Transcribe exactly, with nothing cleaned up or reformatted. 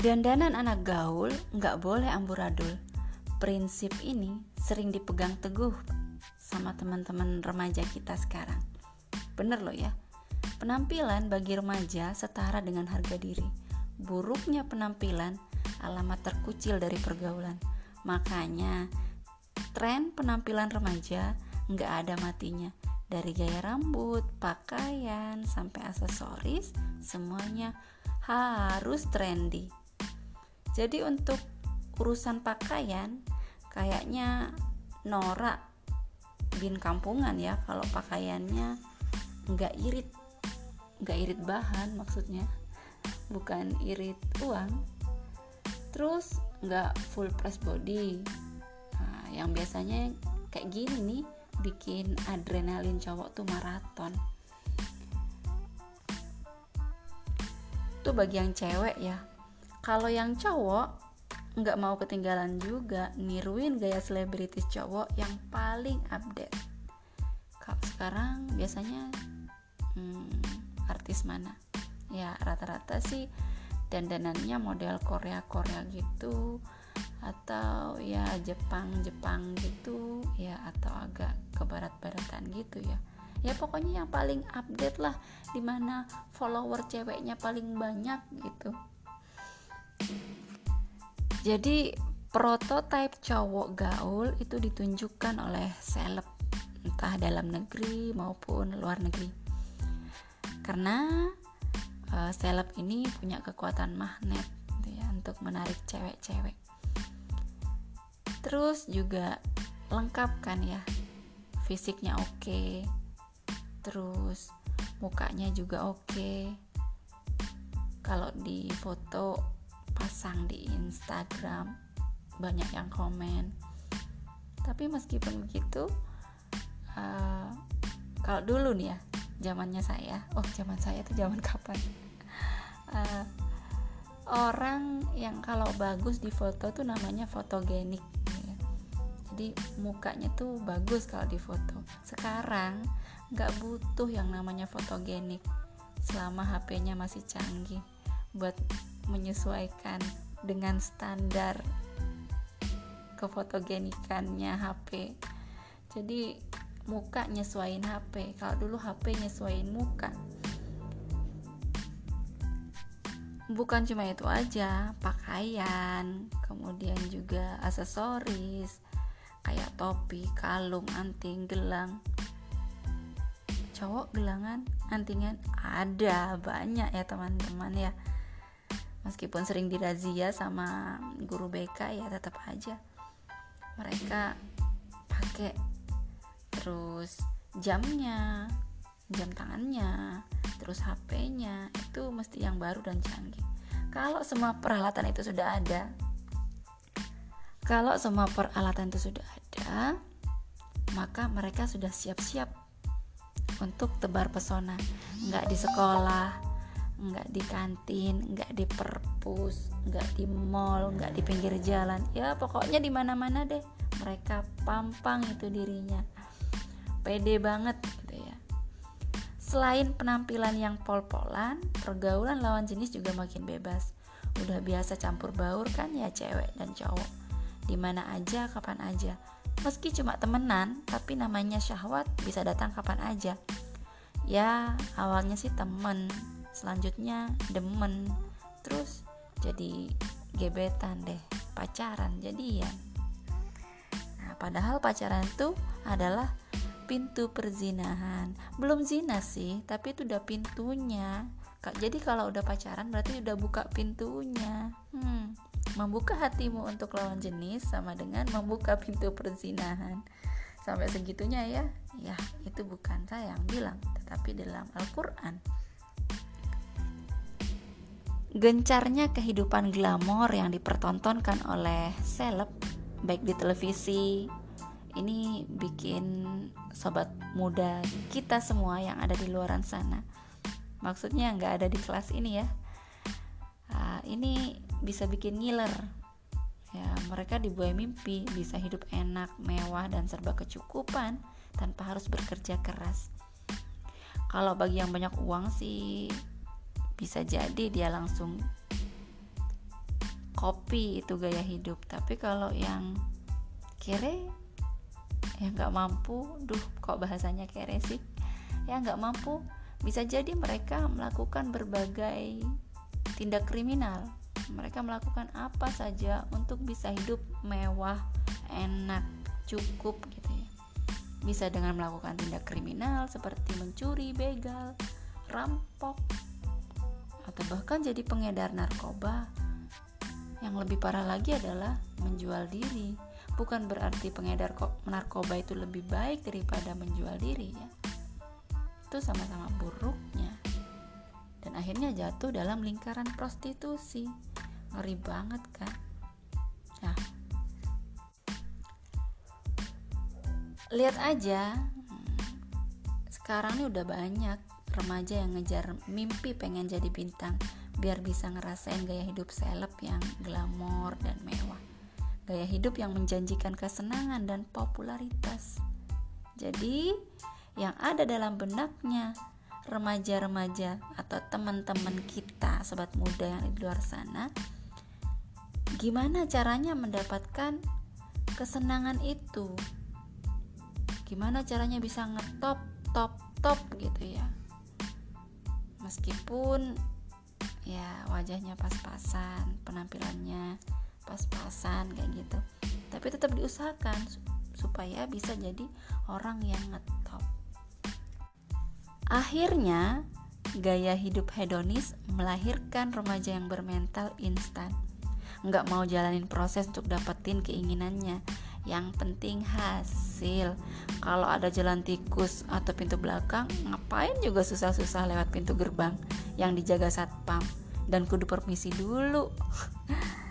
Dandanan anak gaul nggak boleh amburadul. Prinsip ini sering dipegang teguh sama teman-teman remaja kita sekarang. Bener loh ya. Penampilan bagi remaja setara dengan harga diri. Buruknya penampilan alamat terkucil dari pergaulan. Makanya tren penampilan remaja nggak ada matinya. Dari gaya rambut, pakaian, sampai aksesoris, semuanya harus trendy. Jadi untuk urusan pakaian, kayaknya Nora bin kampungan ya kalau pakaiannya nggak irit, nggak irit bahan maksudnya, bukan irit uang. Terus nggak full press body. Nah, yang biasanya kayak gini nih bikin adrenalin cowok tuh maraton. Tuh bagi yang cewek ya. Kalau yang cowok nggak mau ketinggalan juga niruin gaya selebritis cowok yang paling update. Kalau sekarang biasanya hmm, artis mana? Ya rata-rata sih dandanannya model Korea-Korea gitu, atau ya Jepang-Jepang gitu ya, atau agak ke barat-baratan gitu ya. Ya pokoknya yang paling update lah, dimana follower ceweknya paling banyak gitu. Jadi prototipe cowok gaul itu ditunjukkan oleh seleb, entah dalam negeri maupun luar negeri. Karena uh, seleb ini punya kekuatan magnet gitu ya, untuk menarik cewek-cewek. Terus juga lengkap kan ya, fisiknya oke, terus mukanya juga oke. Kalau di foto pasang di Instagram banyak yang komen. Tapi meskipun begitu, uh, kalau dulu nih ya, zamannya saya, oh zaman saya itu zaman kapan? Uh, orang yang kalau bagus di foto tuh namanya fotogenik. Ya. Jadi mukanya tuh bagus kalau di foto. Sekarang nggak butuh yang namanya fotogenik selama H P-nya masih canggih buat menyesuaikan dengan standar kefotogenikannya H P. Jadi muka nyesuaiin H P. Kalau dulu H P nyesuaiin muka. Bukan cuma itu aja, pakaian, kemudian juga aksesoris kayak topi, kalung, anting, gelang. Cowok gelangan, antingan ada banyak ya teman-teman ya. Meskipun sering dirazia sama guru B K ya tetap aja mereka pakai. Terus jamnya, jam tangannya, terus H P-nya itu mesti yang baru dan canggih. Kalau semua peralatan itu sudah ada, kalau semua peralatan itu sudah ada, maka mereka sudah siap-siap untuk tebar pesona. Nggak di sekolah, nggak di kantin, nggak di perpus, nggak di mall, nggak di pinggir jalan. Ya pokoknya di mana-mana deh mereka pampang itu dirinya. Pede banget gitu ya. Selain penampilan yang pol-polan, pergaulan lawan jenis juga makin bebas. Udah biasa campur baur kan ya cewek dan cowok. Di mana aja, kapan aja. Meski cuma temenan, tapi namanya syahwat bisa datang kapan aja. Ya awalnya sih temen, selanjutnya demen, terus jadi gebetan deh, pacaran, jadian. Nah, padahal pacaran itu adalah pintu perzinahan. Belum zina sih, tapi itu udah pintunya. Jadi kalau udah pacaran berarti udah buka pintunya. Hmm, membuka hatimu untuk lawan jenis sama dengan membuka pintu perzinahan. Sampai segitunya ya. Ya, itu bukan saya yang bilang, tetapi dalam Al-Qur'an. Gencarnya kehidupan glamor yang dipertontonkan oleh seleb baik di televisi ini bikin sobat muda kita semua yang ada di luaran sana, maksudnya nggak ada di kelas ini ya, uh, ini bisa bikin ngiler ya. Mereka dibuai mimpi bisa hidup enak, mewah, dan serba kecukupan tanpa harus bekerja keras. Kalau bagi yang banyak uang sih bisa jadi dia langsung kopi itu gaya hidup. Tapi kalau yang kere, yang nggak mampu, duh kok bahasanya kere sih, yang nggak mampu, bisa jadi mereka melakukan berbagai tindak kriminal. Mereka melakukan apa saja untuk bisa hidup mewah, enak, cukup gitu ya. Bisa dengan melakukan tindak kriminal seperti mencuri, begal, rampok, atau bahkan jadi pengedar narkoba. Yang lebih parah lagi adalah menjual diri. Bukan berarti pengedar narkoba itu lebih baik daripada menjual diri ya. Itu sama-sama buruknya. Dan akhirnya jatuh dalam lingkaran prostitusi. Ngeri banget kan? Nah, lihat aja, sekarang ini udah banyak remaja yang ngejar mimpi pengen jadi bintang biar bisa ngerasain gaya hidup seleb yang glamor dan mewah, gaya hidup yang menjanjikan kesenangan dan popularitas. Jadi yang ada dalam benaknya remaja-remaja atau teman-teman kita, sobat muda yang di luar sana, gimana caranya mendapatkan kesenangan itu? Gimana caranya bisa ngetop, top, top gitu ya. Meskipun ya wajahnya pas-pasan, penampilannya pas-pasan kayak gitu, tapi tetap diusahakan supaya bisa jadi orang yang ngetop. Akhirnya gaya hidup hedonis melahirkan remaja yang bermental instan, nggak mau jalanin proses untuk dapetin keinginannya. Yang penting hasil. Kalau ada jalan tikus atau pintu belakang, ngapain juga susah-susah lewat pintu gerbang yang dijaga satpam dan kudu permisi dulu.